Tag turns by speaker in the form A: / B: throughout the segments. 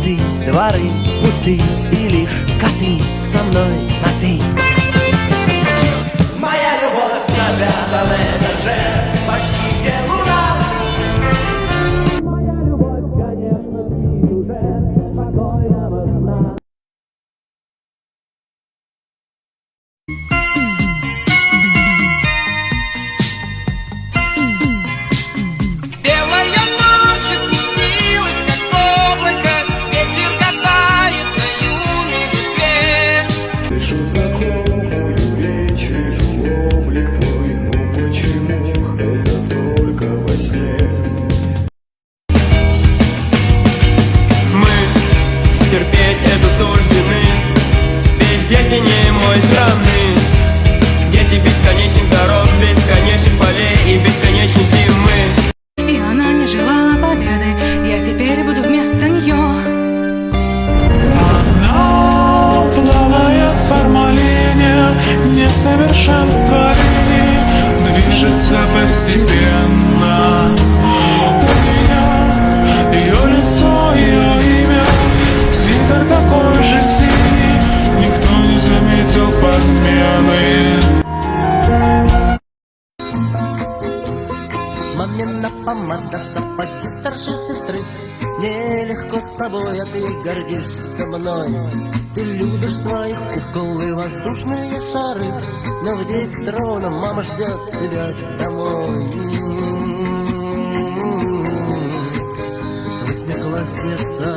A: улицы, дворы пусты, и лишь коты со мной на «ты». Моя любовь на 5-м этаже, почти где луна. Моя любовь, конечно, спит уже, спокойного сна.
B: Белая ночь опустилась, как облако, ветер катает на юной листве.
C: Слышу знакомую речь, вижу облик твой, но почему это только во сне?
D: Мы терпеть это суждены, ведь дети не мой страны. Дети бесконечных дорог, бесконечных полей и бесконечной зимы.
E: И она не желала победы, я теперь буду вместо нее.
C: Она плавает в формалине, несовершенство линий движется постепенно. У меня ее лицо, ее имя, свитер такой же синий, никто не заметил подмены.
F: Мамина помада, сапоги старшей сестры. Нелегко с тобой, а ты гордишься мной. Ты любишь своих кукол и воздушные шары, но в 10 ровно мама ждет тебя домой. Восьмиклассница,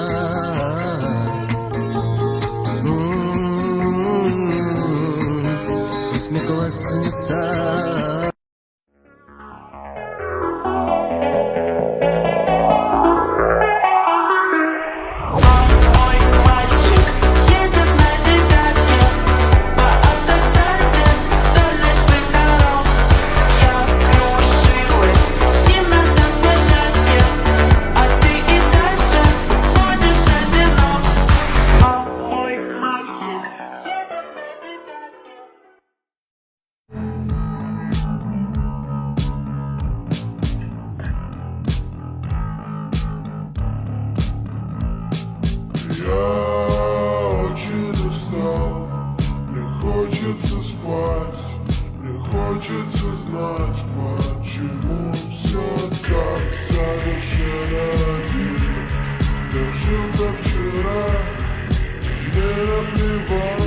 F: восьмиклассница.
C: Я очень устал, мне хочется спать, мне хочется знать, почему все так совершенно один. Я жил до вчера, мне наплевать.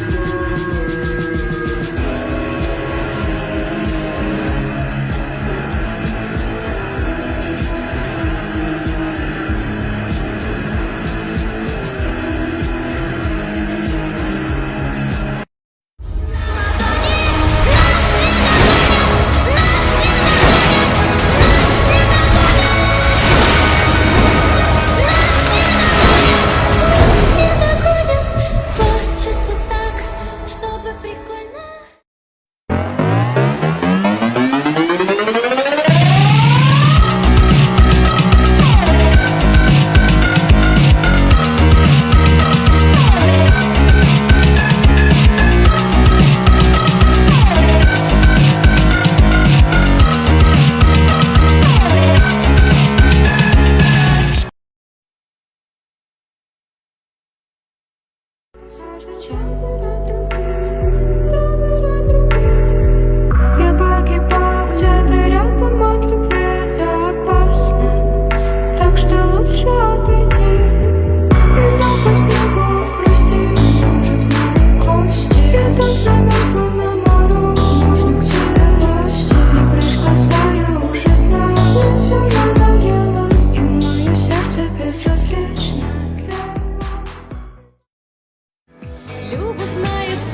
E: Я погибаю где-то рядом от любви, это опасно, так что лучше отойди. Но по снегу хрустит, может, мои кости. Я так замерзла на морозе, целости. Не прикасаю, уже знаю, мне все надоело, и мое сердце безразлично тлело. Любовь знает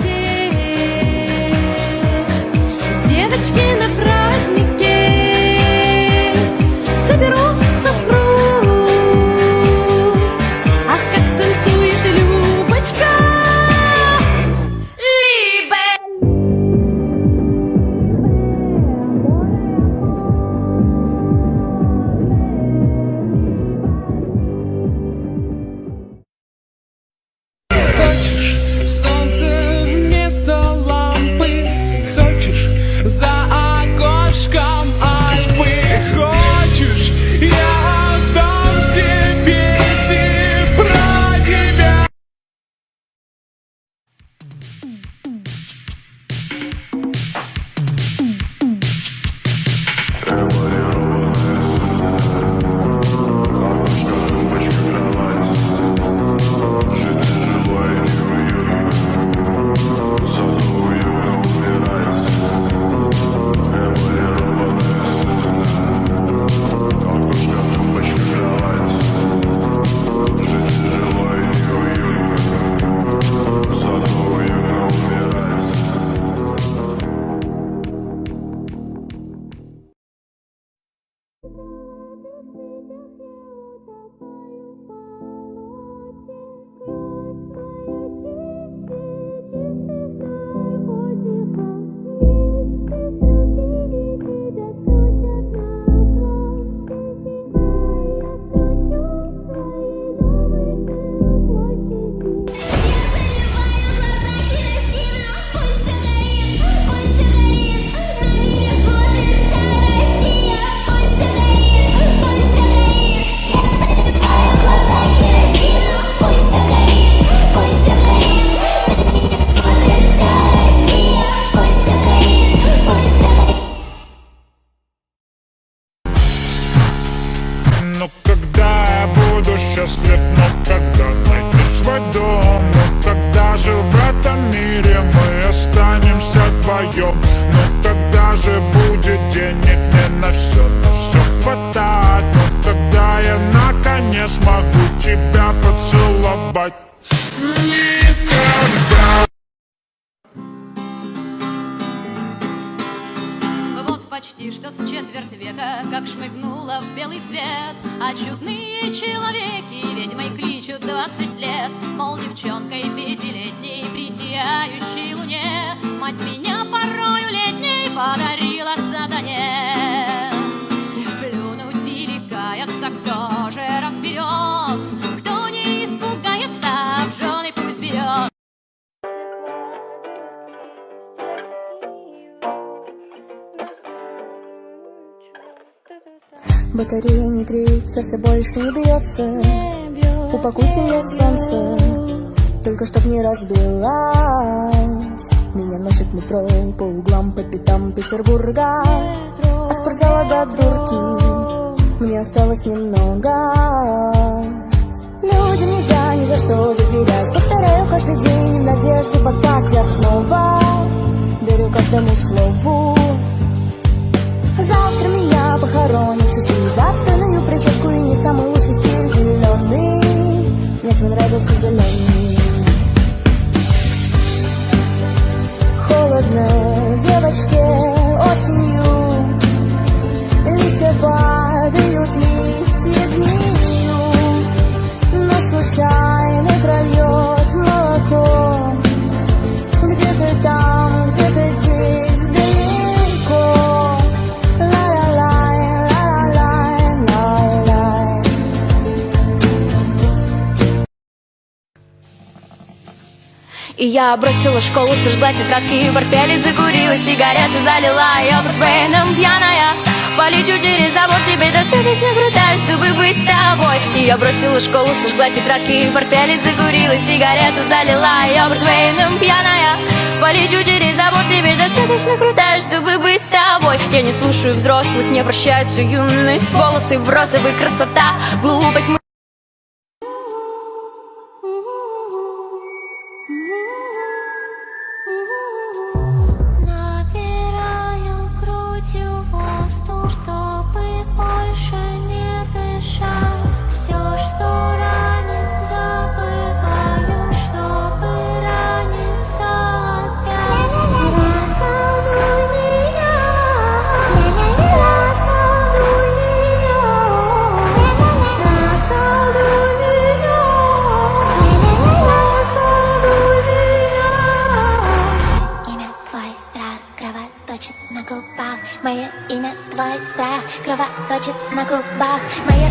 G: вдвоем. Ну когда же будет денег мне на все хватать? Ну когда я наконец смогу тебя поцеловать? Никогда.
H: Вот почти что с четверть века, как шмыгнула в белый свет, а чудные человеки ведьмой кличут 20 лет. Мол, девчонкой пятилетней при сияющей луне мать меня порою летней подарила сатане. Плюнуть или каяться, кто же разберет, кто не испугается, в жены пусть берет.
I: Батарея не греет, сердце больше не бьется. Упакуйте мне солнце, только чтоб не разбилась. Меня носит метро по углам, по пятам Петербурга. От спортзала до дурки мне осталось немного. Людям нельзя ни за что доверять. Повторяю каждый день в надежде поспать. Я снова верю каждому слову. Завтра меня похоронят часы за отстойную прическу и не самый лучший стиль зеленый. Нет, мне нравился зеленый. Холодно девочке осенью, листья падают, листья гниют, но случайно прольет молоко. Где-то там, где-то здесь, далеко.
J: И я бросила школу, сожгла тетрадки и портфели, закурила сигарету, залила ее портвейном пьяная. Полечу через забор, тебе достаточно крутая, чтобы быть с тобой. И я бросила школу, сожгла тетрадки и портфели, закурила сигарету, залила ее портвейном пьяная. Полечу через забор, тебе достаточно крутая, чтобы быть с тобой. Я не слушаю взрослых, не прощаю всю юность, волосы в розовый, красота, глупость.
I: Мое имя твой страх, кровоточит на губах. Мое